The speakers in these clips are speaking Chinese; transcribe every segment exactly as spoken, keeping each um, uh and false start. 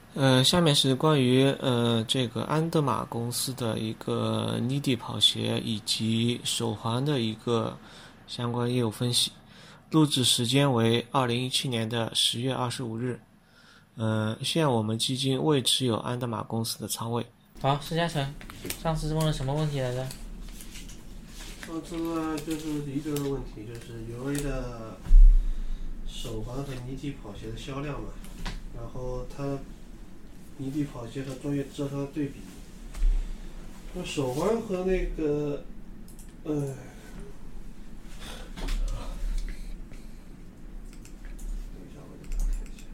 呃，下面是关于呃这个安德玛公司的一个泥地跑鞋以及手环的一个相关业务分析。录制时间为二零一七年的十月二十五日。呃，现我们基金未持有安德玛公司的仓位。 好，施嘉诚，上次问了什么问题来着？ 上次呢就是一个问题，就是 U A 的手环和泥地跑鞋的销量嘛，然后它泥地跑鞋和专业制它的对比。那手环和那个，呃，等一下我给大家看一下。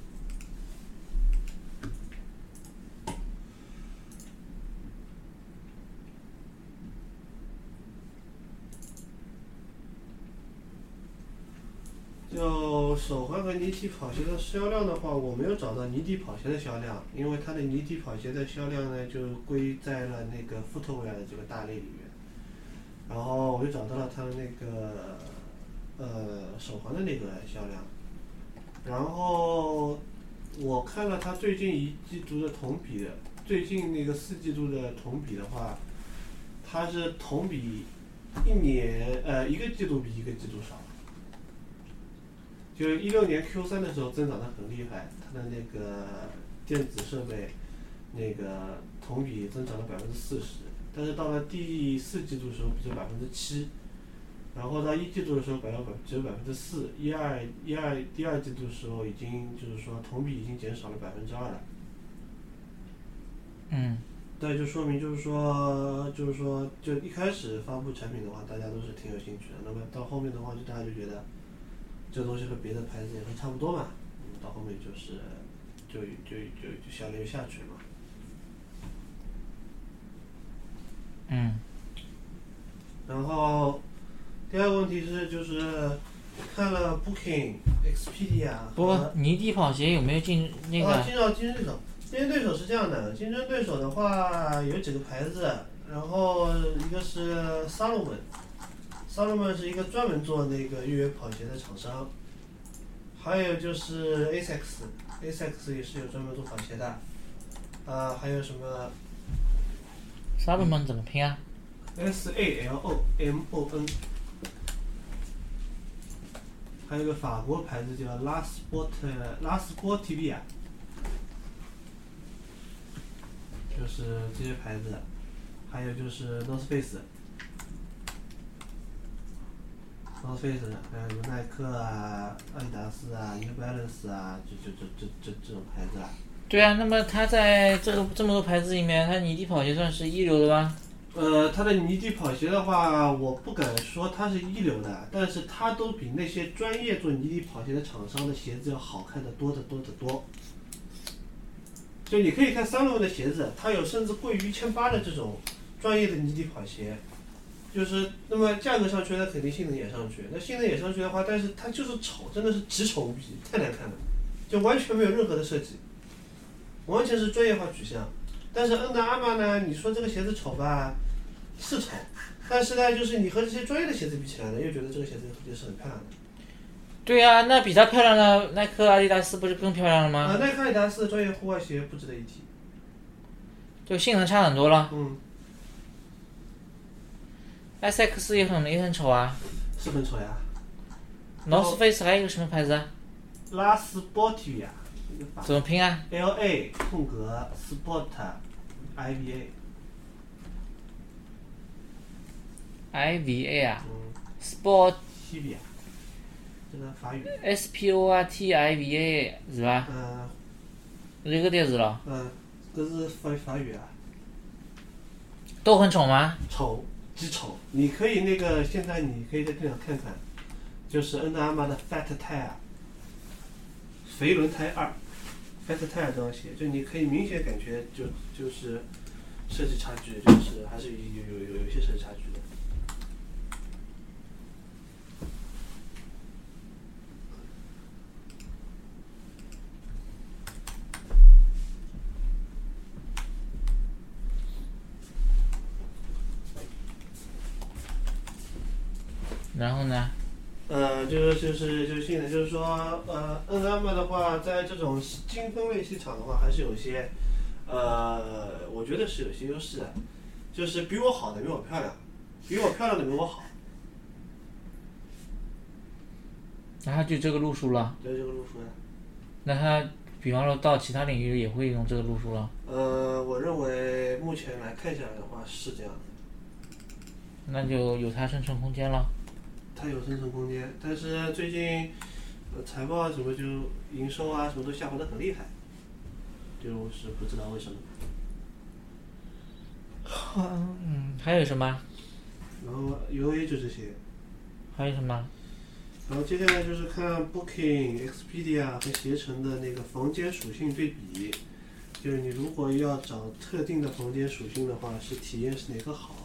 就手环和泥地跑鞋的销量的话，我没有找到泥地跑鞋的销量，因为它的泥地跑鞋的销量呢，就归在了那个 footwear 的这个大类里面。然后我就找到了它的那个呃手环的那个销量，然后我看了它最近一季度的同比的，最近那个四季度的同比的话，它是同比一年呃一个季度比一个季度少。就一六年 Q 三的时候增长得很厉害，它的那个电子设备那个同比增长了百分之四十，但是到了第四季度的时候只有百分之七，然后到一季度的时候百分只有百分之四，一二一二第二季度的时候已经就是说同比已经减少了百分之二了。 嗯。 那就说明就是说就是说就一开始发布产品的话，大家都是挺有兴趣的，那么到后面的话就大家就觉得。这东西和别的牌子也会差不多嘛，嗯，到后面就是就就就就销量下去了嘛。 嗯。 然后第二个问题是就是看了 Booking、Expedia 不，泥地跑鞋有没有竞那个？ 啊，竞争竞争对手，竞争对手是这样的，竞争对手的话有几个牌子，然后一个是 Salomon。Salomon 是一个专门做那个越野跑鞋的厂商，还有就是 Asics，Asics 也是有专门做跑鞋的，啊，还有什么 Salomon 怎么拼啊 ？S A L O M O N， 还有个法国牌子叫 La Sport La Sportivia， 就是这些牌子，还有就是 North Face。North Face， 还有什么耐克啊、阿迪达斯啊、New Balance 啊，这这这这这这种牌子啦。 对啊，那么它在这个这么多牌子里面，它泥地跑鞋算是一流的吧？ 呃，它的泥地跑鞋的话，我不敢说它是一流的，但是它都比那些专业做泥地跑鞋的厂商的鞋子要好看的多得多得多。就你可以看三六的鞋子，它有甚至贵于一千八的这种专业的泥地跑鞋。就是那么价格上去，那肯定性能也上去。那性能也上去的话，但是它就是丑，真的是奇丑无比，太难看了，就完全没有任何的设计，完全是专业化取向。但是恩德阿玛呢，你说这个鞋子丑吧，是丑，但是呢，就是你和这些专业的鞋子比起来呢，又觉得这个鞋子也是很漂亮的。 对啊，那比它漂亮的耐克、阿迪达斯不是更漂亮了吗？ 啊，耐克、阿迪达斯的专业户外鞋不值得一提， 就性能差很多了。 嗯。 S X 也很也很丑啊。 是很丑呀。 North Face 还有一个什么牌子啊？ 拉斯波提亚。 怎么拼啊 ？L A 空格 Sport I V A。I V A 啊。 嗯。 Sport。 西比亚。这个法语。 S P O R T I V A 是吧？ 嗯。 这个单词了。 嗯，这是法法语啊。 都很丑吗？ 丑。极丑，你可以那个现在你可以在电脑看看，就是恩德阿玛的 Fat Tire， 肥轮胎二 ，Fat Tire 这双鞋，就你可以明显感觉就就是设计差距，就是还是有有有有一些设计差距的。 然后呢？ 呃，就是就是就是现在就是说，呃，N M 的话，在这种精分类市场的话，还是有些，呃，我觉得是有些优势的，就是比我好的比我漂亮，比我漂亮的比我好， 那他就这个路数了。 对这个路数呢。 那他比方说到其他领域也会用这个路数了。 呃，我认为目前来看下来的话是这样的， 那就有它生存空间了。 它有生存空间，但是最近，呃，财报啊什么就营收啊什么都下滑的很厉害，就是不知道为什么。 嗯，还有什么？ 然后 U A 就这些， 还有什么？ 然后接下来就是看 Booking、Expedia 和携程的那个房间属性对比，就是你如果要找特定的房间属性的话，是体验是哪个好？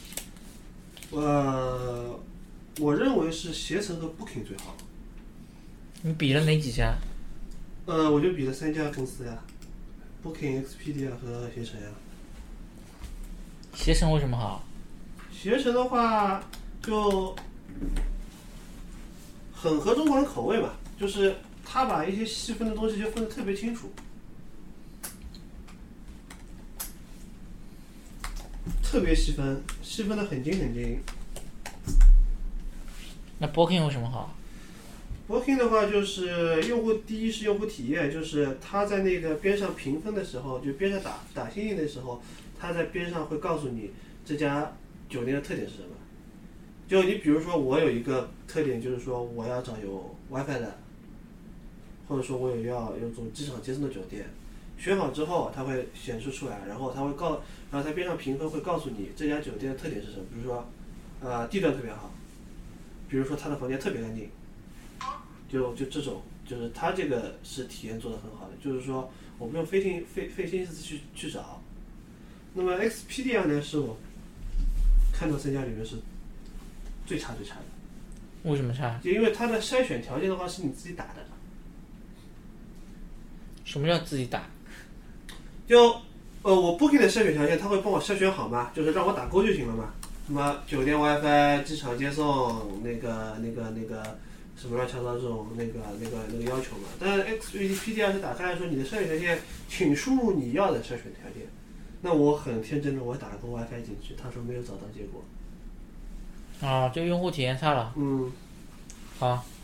呃，我认为是携程和 Booking 最好。 你比了哪几家？ 呃，我就比了三家公司呀，Booking、Expedia 和携程呀。 携程为什么好？ 携程的话就很合中国人口味嘛，就是他把一些细分的东西就分得特别清楚，特别细分，细分的很精很精。 那 Booking 为什么好？ Booking 的话，就是用户第一是用户体验，就是他在那个边上评分的时候，就边上打打星星的时候，他在边上会告诉你这家酒店的特点是什么。就你比如说，我有一个特点，就是说我要找有 WiFi 的，或者说我有要有种机场接送的酒店，选好之后，它会显示出来，然后它会告，然后它边上评分会告诉你这家酒店的特点是什么，比如说，呃，地段特别好，比如说它的房间特别干净。就就这种，就是它这个是体验做得很好的，就是说我不用费心费费心思去去找。那么 Expedia 呢，是我看到三家里面是最差最差的。 为什么差？ 就因为它的筛选条件的话是你自己打的。 什么叫自己打？ 就呃，我 Booking 的筛选条件，它会帮我筛选好嘛，就是让我打勾就行了嘛。什么酒店 WiFi、机场接送，那个那个那个。什么乱七八糟这种那个那个那个要求嘛？但是 Expedia 是打开来说，你的筛选条件，请输入你要的筛选条件。那我很天真的，我打了个 WiFi 进去，他说没有找到结果。 啊，这个用户体验差了。 嗯， 好。